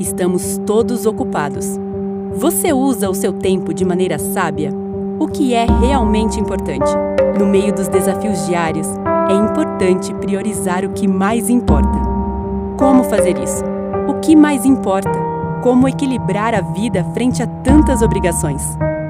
Estamos todos ocupados. Você usa o seu tempo de maneira sábia? O que é realmente importante? No meio dos desafios diários, é importante priorizar o que mais importa. Como fazer isso? O que mais importa? Como equilibrar a vida frente a tantas obrigações?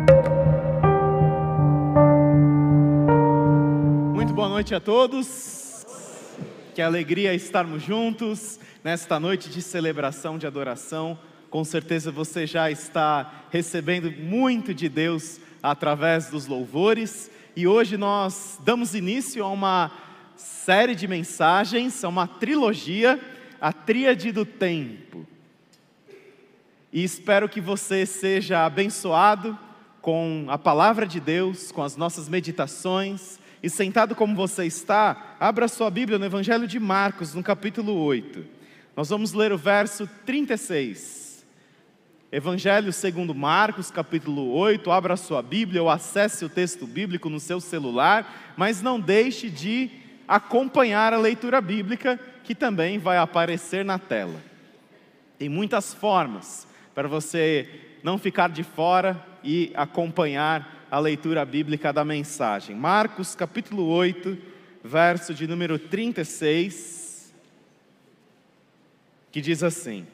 Muito boa noite a todos. Que alegria estarmos juntos nesta noite de celebração, de adoração. Com certeza você já está recebendo muito de Deus através dos louvores. E hoje nós damos início a uma série de mensagens, a uma trilogia, a Tríade do Tempo. E espero que você seja abençoado com a palavra de Deus, com as nossas meditações. E sentado como você está, abra sua Bíblia no Evangelho de Marcos, no capítulo 8. Nós vamos ler o verso 36. Evangelho segundo Marcos, capítulo 8. Abra sua Bíblia ou acesse o texto bíblico no seu celular, mas não deixe de acompanhar a leitura bíblica, que também vai aparecer na tela. Tem muitas formas para você não ficar de fora e acompanhar a leitura bíblica da mensagem. Marcos capítulo 8, verso de número 36, que diz assim: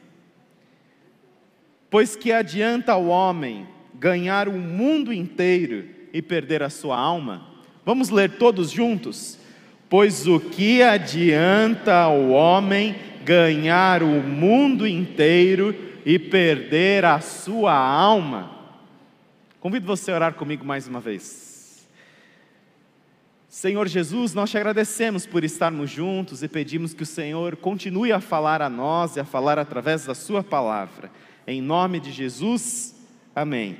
Pois que adianta ao homem ganhar o mundo inteiro e perder a sua alma? Vamos ler todos juntos? Pois o que adianta ao homem ganhar o mundo inteiro e perder a sua alma? Convido você a orar comigo mais uma vez. Senhor Jesus, nós te agradecemos por estarmos juntos e pedimos que o Senhor continue a falar a nós e a falar através da sua palavra. Em nome de Jesus, amém.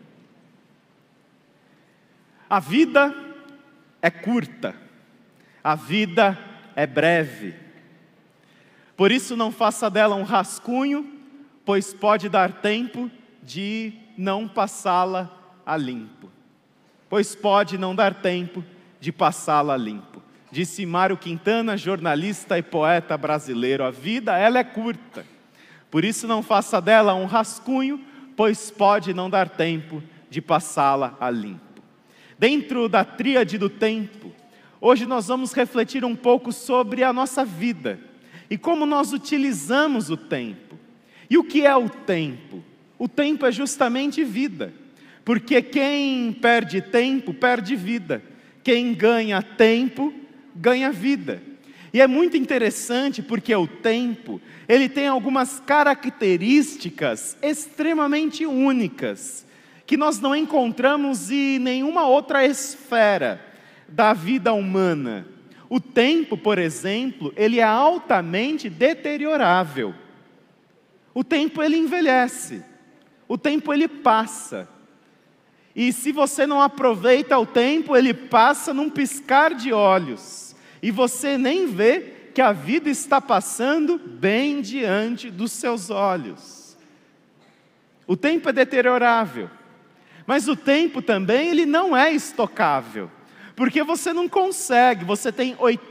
A vida é curta, a vida é breve. Por isso não faça dela um rascunho, pois pode dar tempo de não passá-la a limpo. Pois pode não dar tempo de passá-la a limpo. Disse Mário Quintana, jornalista e poeta brasileiro, a vida ela é curta. Por isso não faça dela um rascunho, pois pode não dar tempo de passá-la a limpo. Dentro da tríade do tempo, hoje nós vamos refletir um pouco sobre a nossa vida e como nós utilizamos o tempo. E o que é o tempo? O tempo é justamente vida, porque quem perde tempo, perde vida. Quem ganha tempo, ganha vida. E é muito interessante porque o tempo, ele tem algumas características extremamente únicas, que nós não encontramos em nenhuma outra esfera da vida humana. O tempo, por exemplo, ele é altamente deteriorável. O tempo ele envelhece, o tempo ele passa. E se você não aproveita o tempo, ele passa num piscar de olhos. E você nem vê que a vida está passando bem diante dos seus olhos. O tempo é deteriorável, mas o tempo também ele não é estocável. Porque você não consegue, você tem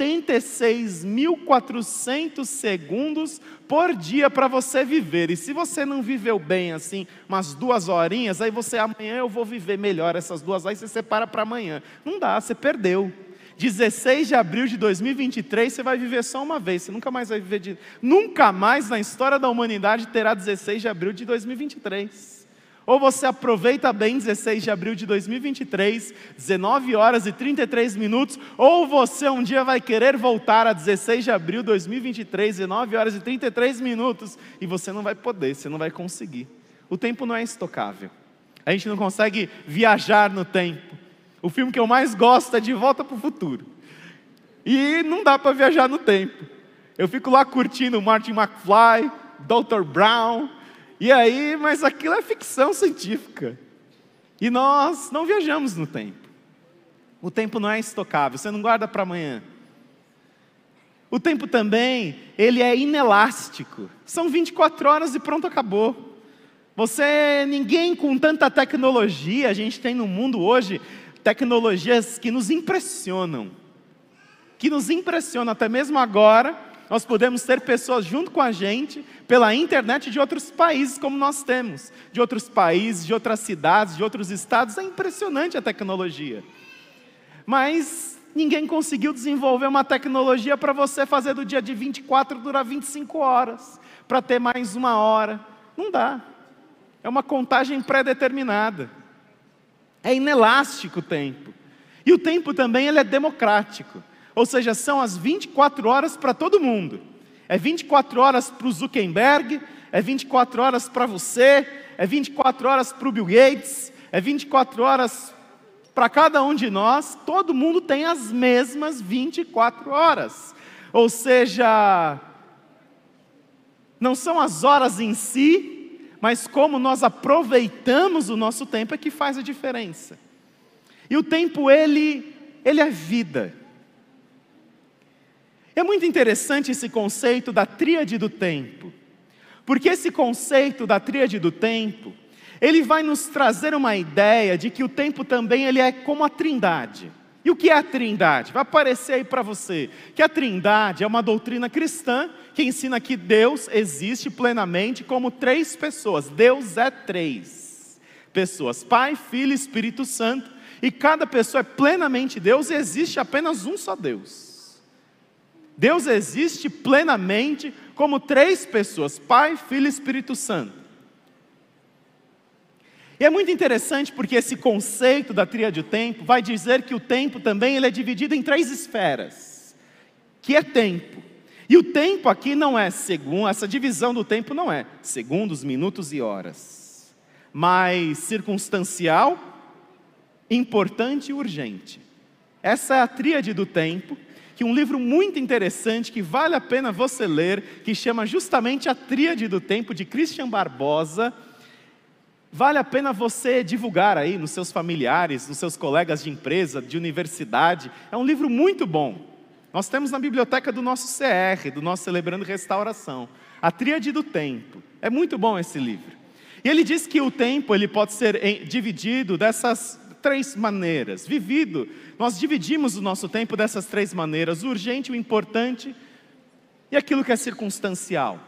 86.400 segundos por dia para você viver. E se você não viveu bem assim, umas 2 horinhas, aí você, amanhã eu vou viver melhor essas 2 horas, você separa para amanhã. Não dá, você perdeu. 16 de abril de 2023, você vai viver só uma vez, você nunca mais vai viver nunca mais na história da humanidade terá 16 de abril de 2023. Ou você aproveita bem 16 de abril de 2023, 19 horas e 33 minutos, ou você um dia vai querer voltar a 16 de abril de 2023, 19 horas e 33 minutos, e você não vai poder, você não vai conseguir. O tempo não é estocável. A gente não consegue viajar no tempo. O filme que eu mais gosto é De Volta para o Futuro. E não dá para viajar no tempo. Eu fico lá curtindo Martin McFly, Dr. Brown. E aí, mas aquilo é ficção científica. E nós não viajamos no tempo. O tempo não é estocável, você não guarda para amanhã. O tempo também, ele é inelástico. São 24 horas e pronto, acabou. Ninguém com tanta tecnologia, a gente tem no mundo hoje, tecnologias que nos impressionam. Até mesmo agora, nós podemos ter pessoas junto com a gente pela internet de outros países, como nós temos, de outros países, de outras cidades, de outros estados. É impressionante a tecnologia. Mas ninguém conseguiu desenvolver uma tecnologia para você fazer do dia de 24 durar 25 horas, para ter mais 1 hora. Não dá. É uma contagem pré-determinada. É inelástico o tempo. E o tempo também ele é democrático. Ou seja, são as 24 horas para todo mundo. É 24 horas para o Zuckerberg, é 24 horas para você, é 24 horas para o Bill Gates, é 24 horas para cada um de nós. Todo mundo tem as mesmas 24 horas. Ou seja, não são as horas em si, mas como nós aproveitamos o nosso tempo é que faz a diferença. E o tempo, ele é vida. É muito interessante esse conceito da tríade do tempo, porque esse conceito da tríade do tempo, ele vai nos trazer uma ideia de que o tempo também ele é como a Trindade. E o que é a Trindade? Vai aparecer aí para você, que a Trindade é uma doutrina cristã, que ensina que Deus existe plenamente como 3 pessoas. Deus é 3 pessoas, Pai, Filho e Espírito Santo, e cada pessoa é plenamente Deus e existe apenas um só Deus. Deus existe plenamente como 3 pessoas, Pai, Filho e Espírito Santo. E é muito interessante porque esse conceito da tríade do tempo vai dizer que o tempo também ele é dividido em 3 esferas, que é tempo. E o tempo aqui não é segundo, essa divisão do tempo não é segundos, minutos e horas, mas circunstancial, importante e urgente. Essa é a tríade do tempo, que um livro muito interessante, que vale a pena você ler, que chama justamente A Tríade do Tempo, de Christian Barbosa. Vale a pena você divulgar aí nos seus familiares, nos seus colegas de empresa, de universidade. É um livro muito bom. Nós temos na biblioteca do nosso CR, do nosso Celebrando Restauração. A Tríade do Tempo. É muito bom esse livro. E ele diz que o tempo ele pode ser dividido dessas 3 maneiras. Nós dividimos o nosso tempo dessas 3 maneiras: o urgente, o importante e aquilo que é circunstancial.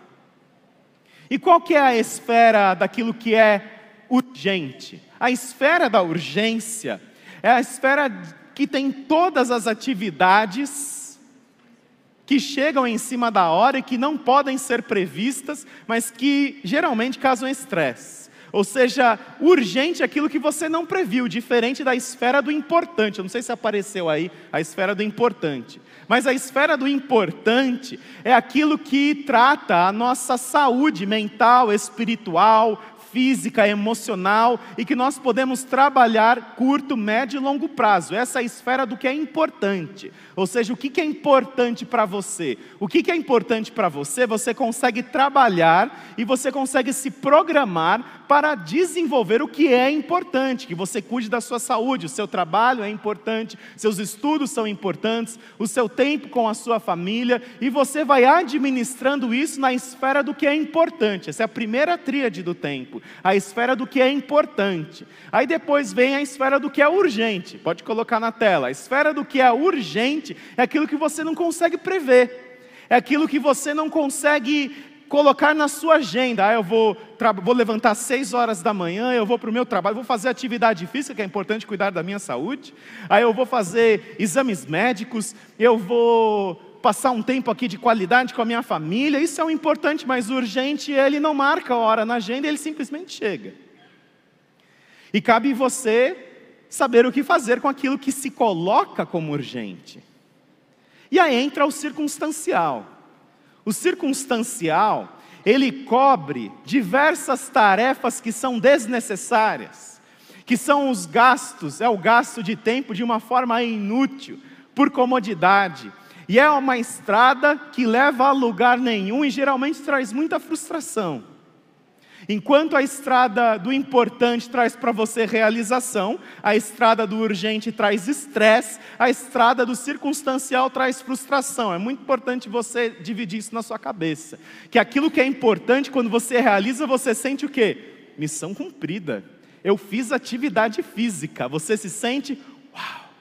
E qual que é a esfera daquilo que é urgente? A esfera da urgência é a esfera que tem todas as atividades que chegam em cima da hora e que não podem ser previstas, mas que geralmente causam estresse. Ou seja, urgente é aquilo que você não previu, diferente da esfera do importante. Eu não sei se apareceu aí a esfera do importante, mas a esfera do importante é aquilo que trata a nossa saúde mental, espiritual, física, emocional, e que nós podemos trabalhar curto, médio e longo prazo. Essa é a esfera do que é importante. Ou seja, o que é importante para você? O que é importante para você, você consegue trabalhar e você consegue se programar para desenvolver o que é importante, que você cuide da sua saúde, o seu trabalho é importante, seus estudos são importantes, o seu tempo com a sua família, e você vai administrando isso na esfera do que é importante. Essa é a primeira tríade do tempo, a esfera do que é importante. Aí depois vem a esfera do que é urgente, pode colocar na tela. A esfera do que é urgente é aquilo que você não consegue prever, é aquilo que você não consegue colocar na sua agenda. Eu vou levantar às 6 horas da manhã, eu vou para o meu trabalho, vou fazer atividade física, que é importante cuidar da minha saúde, aí eu vou fazer exames médicos, eu vou passar um tempo aqui de qualidade com a minha família. Isso é o importante, mas o urgente, ele não marca a hora na agenda, ele simplesmente chega. E cabe você saber o que fazer com aquilo que se coloca como urgente. E aí entra o circunstancial. O circunstancial, ele cobre diversas tarefas que são desnecessárias, que são os gastos, é o gasto de tempo de uma forma inútil, por comodidade. E é uma estrada que leva a lugar nenhum e geralmente traz muita frustração. Enquanto a estrada do importante traz para você realização, a estrada do urgente traz estresse, a estrada do circunstancial traz frustração. É muito importante você dividir isso na sua cabeça. Que aquilo que é importante, quando você realiza, você sente o quê? Missão cumprida. Eu fiz atividade física. Você se sente, uau,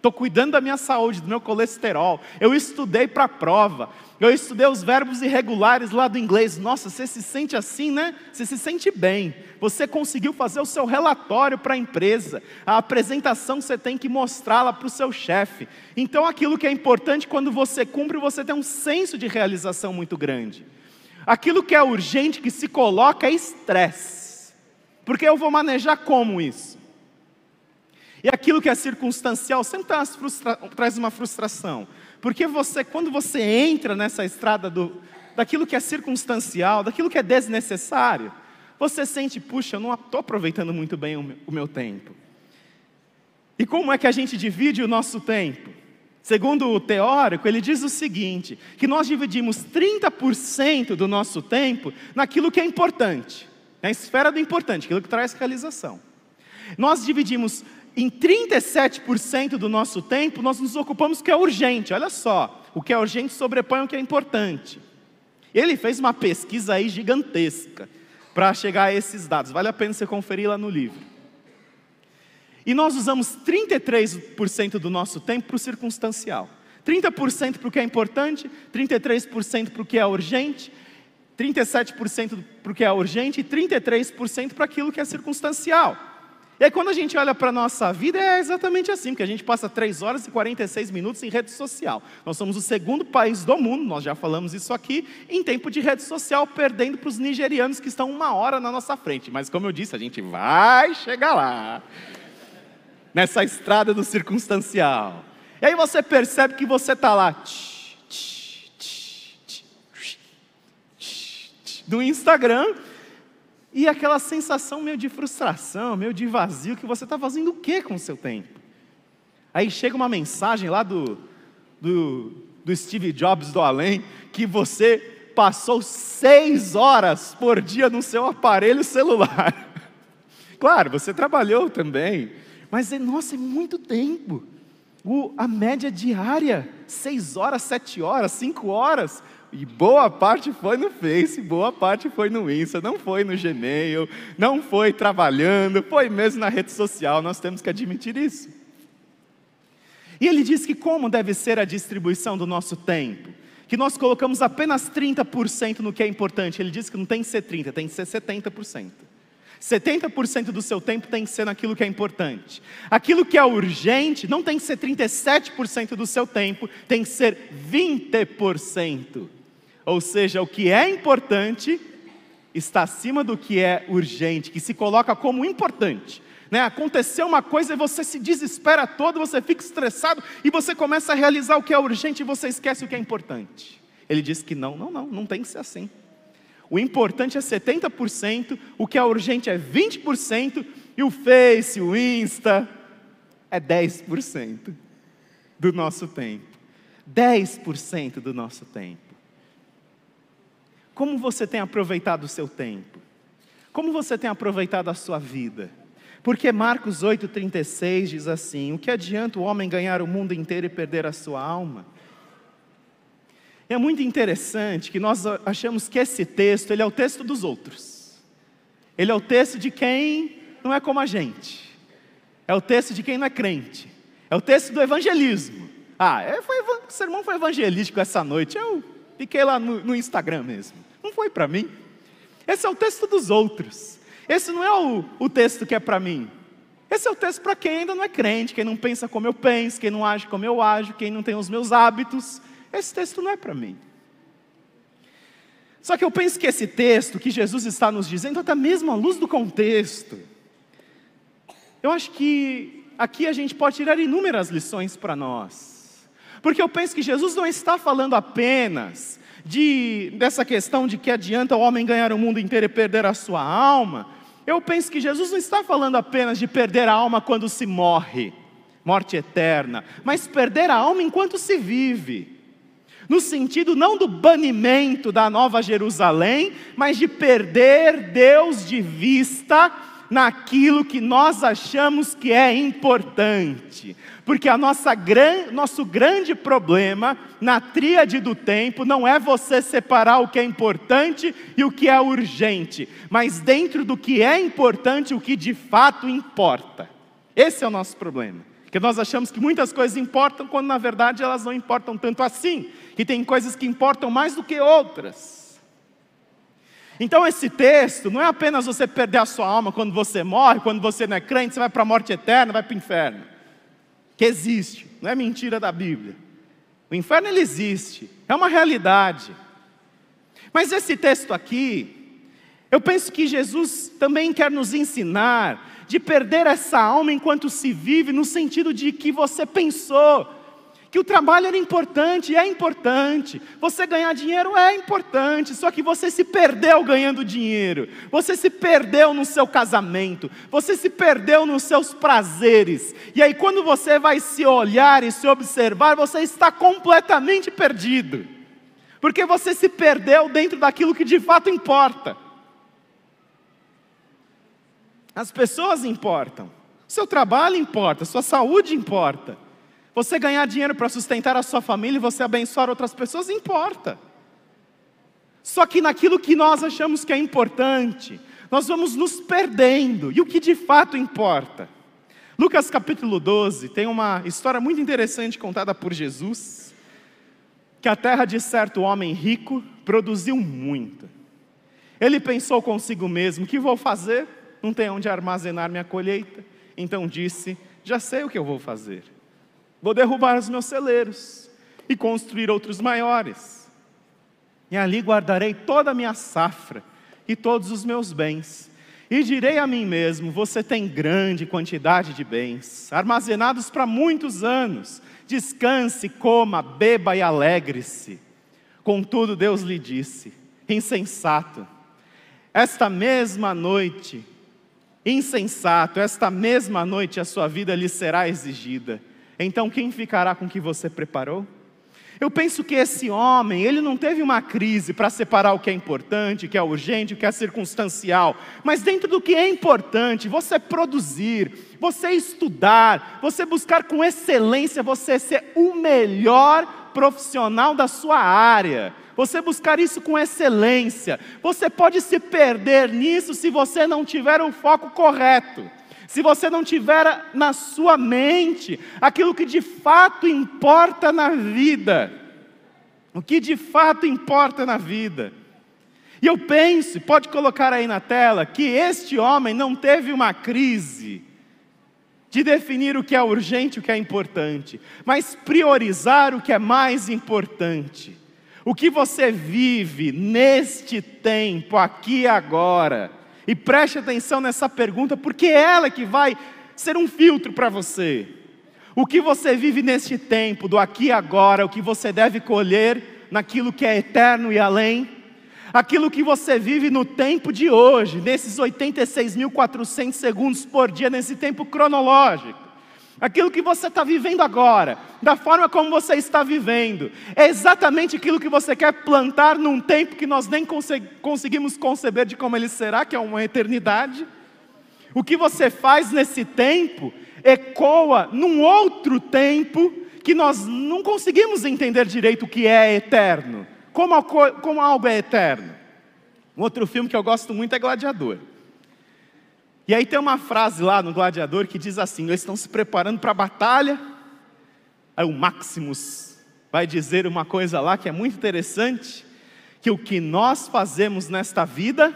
estou cuidando da minha saúde, do meu colesterol, eu estudei para a prova, eu estudei os verbos irregulares lá do inglês. Nossa, você se sente assim, né? Você se sente bem, você conseguiu fazer o seu relatório para a empresa, a apresentação você tem que mostrá-la para o seu chefe. Então aquilo que é importante, quando você cumpre, você tem um senso de realização muito grande. Aquilo que é urgente, que se coloca, é estresse, porque eu vou manejar como isso? E aquilo que é circunstancial sempre traz uma frustração, porque quando você entra nessa estrada daquilo que é circunstancial, daquilo que é desnecessário, você sente, puxa, eu não estou aproveitando muito bem o meu tempo. E como é que a gente divide o nosso tempo? Segundo o teórico, ele diz o seguinte, que nós dividimos 30% do nosso tempo naquilo que é importante, na esfera do importante, aquilo que traz realização. Nós dividimos em 37% do nosso tempo, nós nos ocupamos do que é urgente. Olha só, o que é urgente sobrepõe o que é importante. Ele fez uma pesquisa aí gigantesca para chegar a esses dados, vale a pena você conferir lá no livro. E nós usamos 33% do nosso tempo para o circunstancial. 30% para o que é importante, 33% para o que é urgente, 37% para o que é urgente e 33% para aquilo que é circunstancial. E aí quando a gente olha para a nossa vida, é exatamente assim, porque a gente passa 3 horas e 46 minutos em rede social. Nós somos o segundo país do mundo, nós já falamos isso aqui, em tempo de rede social, perdendo para os nigerianos que estão 1 hora na nossa frente. Mas como eu disse, a gente vai chegar lá, nessa estrada do circunstancial. E aí você percebe que você está lá, no Instagram, e aquela sensação meio de frustração, meio de vazio, que você está fazendo o que com o seu tempo? Aí chega uma mensagem lá do Steve Jobs do além, que você passou 6 horas por dia no seu aparelho celular. Claro, você trabalhou também, mas nossa, é muito tempo. A média diária, 6 horas, 7 horas, 5 horas, e boa parte foi no Face, boa parte foi no Insta, não foi no Gmail, não foi trabalhando, foi mesmo na rede social, nós temos que admitir isso. E ele diz que como deve ser a distribuição do nosso tempo, que nós colocamos apenas 30% no que é importante. Ele diz que não tem que ser 30%, tem que ser 70%. 70% do seu tempo tem que ser naquilo que é importante. Aquilo que é urgente não tem que ser 37% do seu tempo, tem que ser 20%. Ou seja, o que é importante está acima do que é urgente, que se coloca como importante. Aconteceu uma coisa e você se desespera todo, você fica estressado e você começa a realizar o que é urgente e você esquece o que é importante. Ele diz que não tem que ser assim. O importante é 70%, o que é urgente é 20%, e o Face, o Insta, é 10% do nosso tempo. 10% do nosso tempo. Como você tem aproveitado o seu tempo? Como você tem aproveitado a sua vida? Porque Marcos 8,36 diz assim, o que adianta o homem ganhar o mundo inteiro e perder a sua alma? É muito interessante que nós achamos que esse texto, ele é o texto dos outros. Ele é o texto de quem não é como a gente. É o texto de quem não é crente. É o texto do evangelismo. O sermão foi evangelístico essa noite. Eu fiquei lá no Instagram mesmo. Não foi para mim. Esse é o texto dos outros. Esse não é o texto que é para mim. Esse é o texto para quem ainda não é crente, quem não pensa como eu penso, quem não age como eu ajo, quem não tem os meus hábitos. Esse texto não é para mim. Só que eu penso que esse texto que Jesus está nos dizendo, até mesmo à luz do contexto, eu acho que aqui a gente pode tirar inúmeras lições para nós. Porque eu penso que Jesus não está falando apenas dessa questão de que adianta o homem ganhar o mundo inteiro e perder a sua alma. Eu penso que Jesus não está falando apenas de perder a alma quando se morre, morte eterna, mas perder a alma enquanto se vive. No sentido não do banimento da Nova Jerusalém, mas de perder Deus de vista naquilo que nós achamos que é importante. Porque nosso grande problema na tríade do tempo não é você separar o que é importante e o que é urgente, mas dentro do que é importante, o que de fato importa. Esse é o nosso problema. Porque nós achamos que muitas coisas importam, quando na verdade elas não importam tanto assim. Que tem coisas que importam mais do que outras. Então esse texto não é apenas você perder a sua alma quando você morre, quando você não é crente, você vai para a morte eterna, vai para o inferno. Que existe, não é mentira da Bíblia. O inferno ele existe, é uma realidade. Mas esse texto aqui, eu penso que Jesus também quer nos ensinar de perder essa alma enquanto se vive, no sentido de que você pensou que o trabalho era importante, e é importante, você ganhar dinheiro é importante, só que você se perdeu ganhando dinheiro, você se perdeu no seu casamento, você se perdeu nos seus prazeres, e aí quando você vai se olhar e se observar, você está completamente perdido, porque você se perdeu dentro daquilo que de fato importa. As pessoas importam, seu trabalho importa, sua saúde importa. Você ganhar dinheiro para sustentar a sua família e você abençoar outras pessoas, importa. Só que naquilo que nós achamos que é importante, nós vamos nos perdendo. E o que de fato importa? Lucas capítulo 12 tem uma história muito interessante contada por Jesus, que a terra de certo homem rico produziu muito. Ele pensou consigo mesmo: o que vou fazer? Não tem onde armazenar minha colheita. Então disse: já sei o que eu vou fazer. Vou derrubar os meus celeiros e construir outros maiores. E ali guardarei toda a minha safra e todos os meus bens. E direi a mim mesmo: você tem grande quantidade de bens, armazenados para muitos anos. Descanse, coma, beba e alegre-se. Contudo, Deus lhe disse: insensato, esta mesma noite a sua vida lhe será exigida. Então quem ficará com o que você preparou? Eu penso que esse homem, ele não teve uma crise para separar o que é importante, o que é urgente, o que é circunstancial. Mas dentro do que é importante, você produzir, você estudar, você buscar com excelência, você ser o melhor profissional da sua área. Você buscar isso com excelência. Você pode se perder nisso se você não tiver o foco correto. Se você não tiver na sua mente aquilo que de fato importa na vida. O que de fato importa na vida. E eu penso, pode colocar aí na tela, que este homem não teve uma crise de definir o que é urgente e o que é importante, mas priorizar o que é mais importante. O que você vive neste tempo, aqui e agora. E preste atenção nessa pergunta, porque é ela que vai ser um filtro para você. O que você vive neste tempo, do aqui e agora, o que você deve colher naquilo que é eterno e além. Aquilo que você vive no tempo de hoje, nesses 86.400 segundos por dia, nesse tempo cronológico. Aquilo que você está vivendo agora, da forma como você está vivendo, é exatamente aquilo que você quer plantar num tempo que nós nem conseguimos conceber de como ele será, que é uma eternidade. O que você faz nesse tempo ecoa num outro tempo que nós não conseguimos entender direito o que é eterno, como algo é eterno. Um outro filme que eu gosto muito é Gladiador. E aí tem uma frase lá no Gladiador que diz assim: eles estão se preparando para a batalha. Aí o Maximus vai dizer uma coisa lá que é muito interessante, que o que nós fazemos nesta vida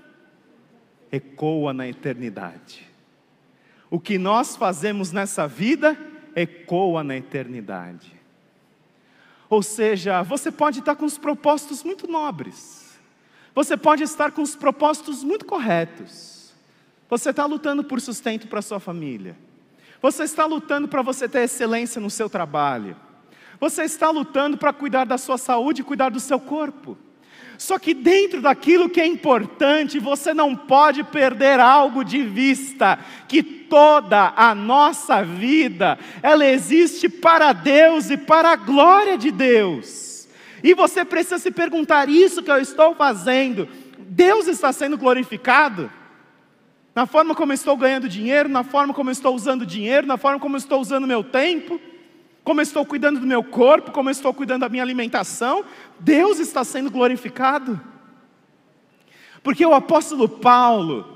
ecoa na eternidade. O que nós fazemos nessa vida ecoa na eternidade. Ou seja, você pode estar com os propósitos muito nobres, você pode estar com os propósitos muito corretos. Você está lutando por sustento para a sua família. Você está lutando para você ter excelência no seu trabalho. Você está lutando para cuidar da sua saúde e cuidar do seu corpo. Só que dentro daquilo que é importante, você não pode perder algo de vista, que toda a nossa vida, ela existe para Deus e para a glória de Deus. E você precisa se perguntar: isso que eu estou fazendo, Deus está sendo glorificado? Na forma como eu estou ganhando dinheiro, na forma como eu estou usando dinheiro, na forma como eu estou usando meu tempo, como eu estou cuidando do meu corpo, como eu estou cuidando da minha alimentação, Deus está sendo glorificado. Porque o apóstolo Paulo,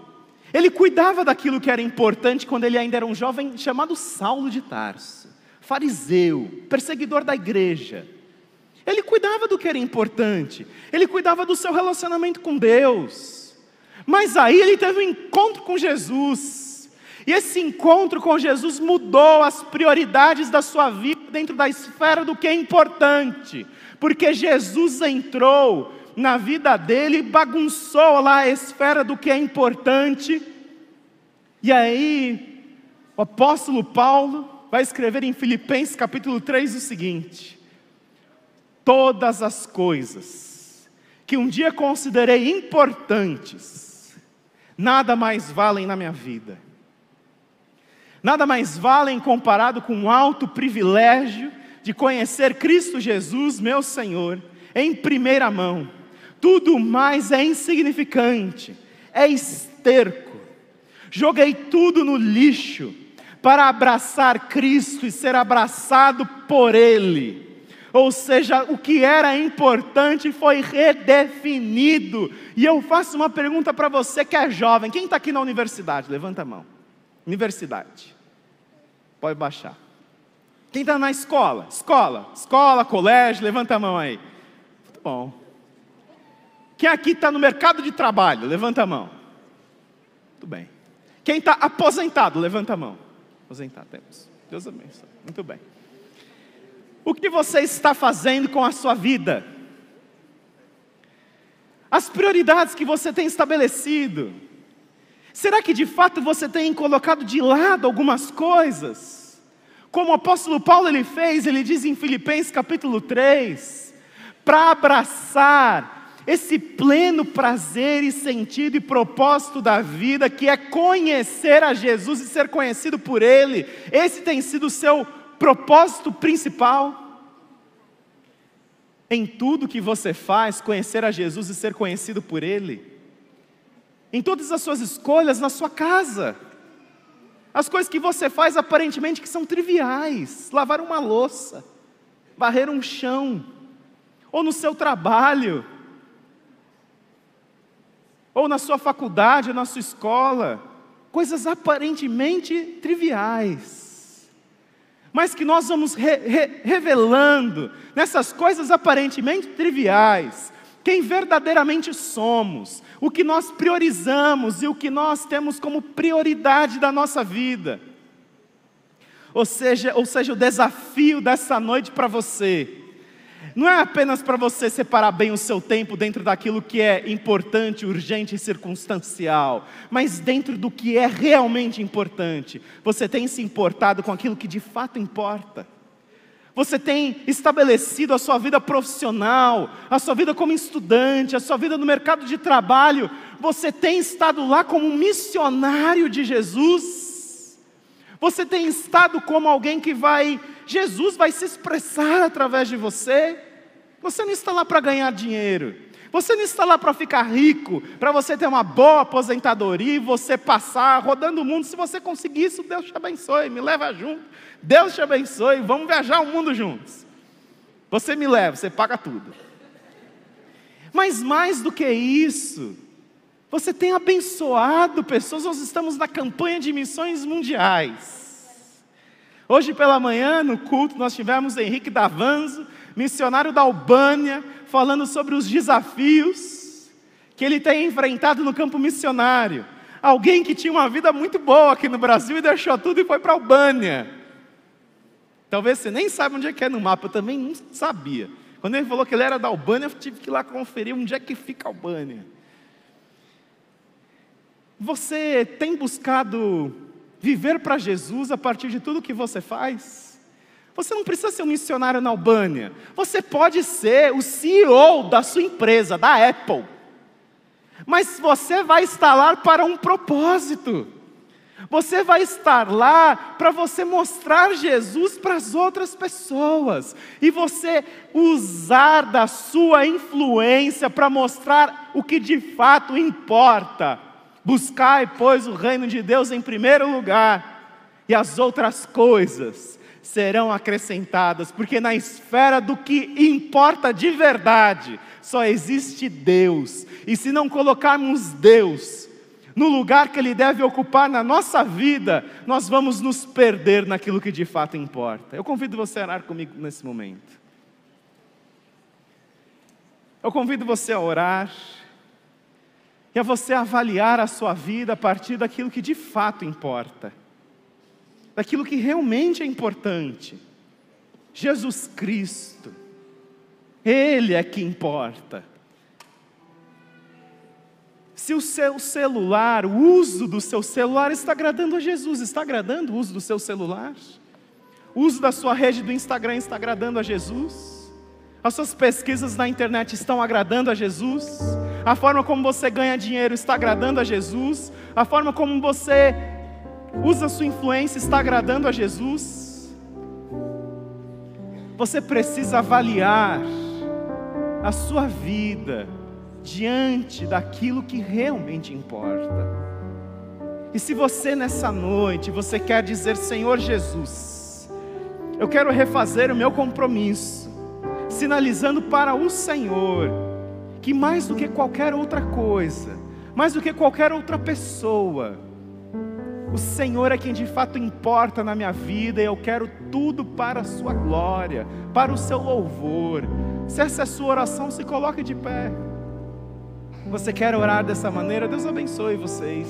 Ele cuidava daquilo que era importante quando ele ainda era um jovem chamado Saulo de Tarso, fariseu, perseguidor da igreja. Ele cuidava do que era importante, ele cuidava do seu relacionamento com Deus. Mas aí ele teve um encontro com Jesus, e esse encontro com Jesus mudou as prioridades da sua vida dentro da esfera do que é importante, porque Jesus entrou na vida dele e bagunçou lá a esfera do que é importante. E aí o apóstolo Paulo vai escrever em Filipenses capítulo 3 o seguinte: todas as coisas que um dia considerei importantes, nada mais valem na minha vida, nada mais valem comparado com o alto privilégio de conhecer Cristo Jesus, meu Senhor, em primeira mão. Tudo mais é insignificante, é esterco. Joguei tudo no lixo para abraçar Cristo e ser abraçado por Ele. Ou seja, o que era importante foi redefinido. E eu faço uma pergunta para você que é jovem. Quem está aqui na universidade? Levanta a mão. Universidade. Pode baixar. Quem está na escola? Escola, colégio, levanta a mão aí. Muito bom. Quem aqui está no mercado de trabalho? Levanta a mão. Muito bem. Quem está aposentado? Levanta a mão. Aposentado, temos. Deus abençoe. Muito bem. O que você está fazendo com a sua vida? As prioridades que você tem estabelecido. Será que de fato você tem colocado de lado algumas coisas? Como o apóstolo Paulo ele fez, ele diz em Filipenses capítulo 3, para abraçar esse pleno prazer e sentido e propósito da vida, que é conhecer a Jesus e ser conhecido por Ele. Esse tem sido o seu propósito principal. Em tudo que você faz, conhecer a Jesus e ser conhecido por Ele. Em todas as suas escolhas na sua casa. As coisas que você faz aparentemente que são triviais. Lavar uma louça, varrer um chão, ou no seu trabalho, ou na sua faculdade, ou na sua escola, coisas aparentemente triviais, mas que nós vamos revelando nessas coisas aparentemente triviais, quem verdadeiramente somos, o que nós priorizamos e o que nós temos como prioridade da nossa vida. Ou seja, o desafio dessa noite para você, não é apenas para você separar bem o seu tempo dentro daquilo que é importante, urgente e circunstancial, mas dentro do que é realmente importante. Você tem se importado com aquilo que de fato importa. Você tem estabelecido a sua vida profissional, a sua vida como estudante, a sua vida no mercado de trabalho. Você tem estado lá como um missionário de Jesus. Você tem estado como alguém que Jesus vai se expressar através de você. Você não está lá para ganhar dinheiro. Você não está lá para ficar rico, para você ter uma boa aposentadoria e você passar rodando o mundo. Se você conseguir isso, Deus te abençoe, me leva junto. Deus te abençoe, vamos viajar o mundo juntos. Você me leva, você paga tudo. Mas mais do que isso, você tem abençoado pessoas. Nós estamos na campanha de missões mundiais. Hoje pela manhã, no culto, nós tivemos Henrique Davanzo, missionário da Albânia, falando sobre os desafios que ele tem enfrentado no campo missionário. Alguém que tinha uma vida muito boa aqui no Brasil e deixou tudo e foi para a Albânia. Talvez você nem saiba onde é que é no mapa, eu também não sabia. Quando ele falou que ele era da Albânia, eu tive que ir lá conferir onde é que fica a Albânia. Você tem buscado viver para Jesus a partir de tudo que você faz? Você não precisa ser um missionário na Albânia. Você pode ser o CEO da sua empresa, da Apple. Mas você vai estar lá para um propósito. Você vai estar lá para você mostrar Jesus para as outras pessoas. E você usar da sua influência para mostrar o que de fato importa. Buscai, pois, o reino de Deus em primeiro lugar. E as outras coisas serão acrescentadas. Porque na esfera do que importa de verdade, só existe Deus. E se não colocarmos Deus no lugar que Ele deve ocupar na nossa vida, nós vamos nos perder naquilo que de fato importa. Eu convido você a orar comigo nesse momento. Eu convido você a orar e a você avaliar a sua vida a partir daquilo que de fato importa, daquilo que realmente é importante. Jesus Cristo, Ele é que importa. Se o seu celular, o uso do seu celular está agradando a Jesus, está agradando o uso do seu celular? O uso da sua rede do Instagram está agradando a Jesus? As suas pesquisas na internet estão agradando a Jesus? A forma como você ganha dinheiro está agradando a Jesus? A forma como você usa a sua influência está agradando a Jesus? Você precisa avaliar a sua vida diante daquilo que realmente importa. E se você nessa noite, você quer dizer: Senhor Jesus, eu quero refazer o meu compromisso, sinalizando para o Senhor, que mais do que qualquer outra coisa, mais do que qualquer outra pessoa, o Senhor é quem de fato importa na minha vida, e eu quero tudo para a sua glória, para o seu louvor. Se essa é a sua oração, se coloque de pé. Você quer orar dessa maneira? Deus abençoe vocês.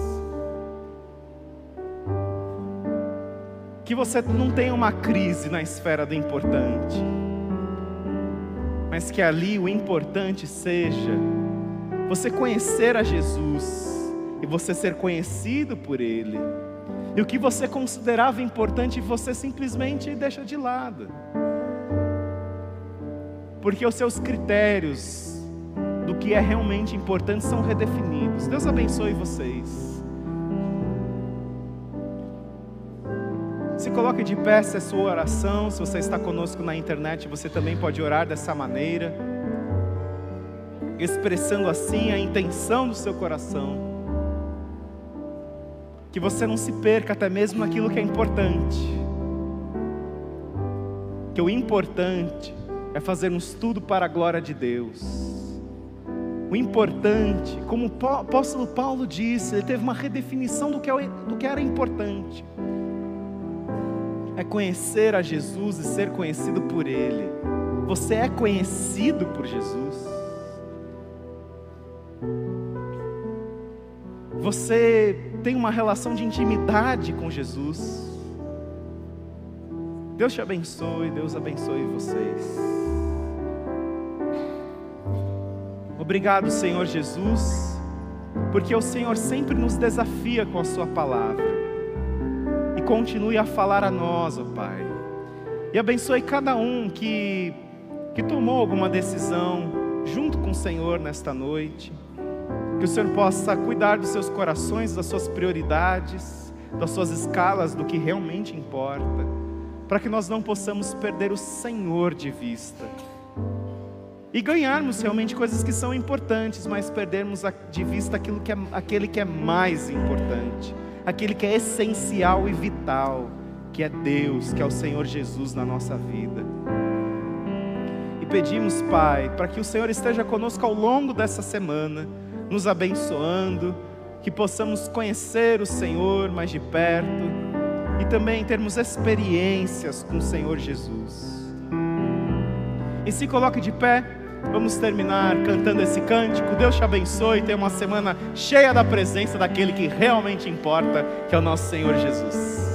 Que você não tenha uma crise na esfera do importante, mas que ali o importante seja você conhecer a Jesus e você ser conhecido por Ele. E o que você considerava importante, você simplesmente deixa de lado, porque os seus critérios do que é realmente importante são redefinidos. Deus abençoe vocês. Se coloque de pé, se é sua oração. Se você está conosco na internet, você também pode orar dessa maneira, expressando assim a intenção do seu coração. Que você não se perca até mesmo naquilo que é importante, que o importante é fazermos tudo para a glória de Deus. O importante, como o apóstolo Paulo disse, ele teve uma redefinição do que era importante. É conhecer a Jesus e ser conhecido por Ele. Você é conhecido por Jesus? Você tem uma relação de intimidade com Jesus? Deus te abençoe, Deus abençoe vocês. Obrigado, Senhor Jesus, porque o Senhor sempre nos desafia com a sua palavra, e continue a falar a nós, ó Pai, e abençoe cada um que tomou alguma decisão junto com o Senhor nesta noite, que o Senhor possa cuidar dos seus corações, das suas prioridades, das suas escalas, do que realmente importa, para que nós não possamos perder o Senhor de vista, e ganharmos realmente coisas que são importantes, mas perdermos de vista aquele que é mais importante, aquele que é essencial e vital, que é Deus, que é o Senhor Jesus na nossa vida. E pedimos, Pai, para que o Senhor esteja conosco ao longo dessa semana, nos abençoando, que possamos conhecer o Senhor mais de perto, e também termos experiências com o Senhor Jesus. E se coloque de pé. Vamos terminar cantando esse cântico. Deus te abençoe, tenha uma semana cheia da presença daquele que realmente importa, que é o nosso Senhor Jesus.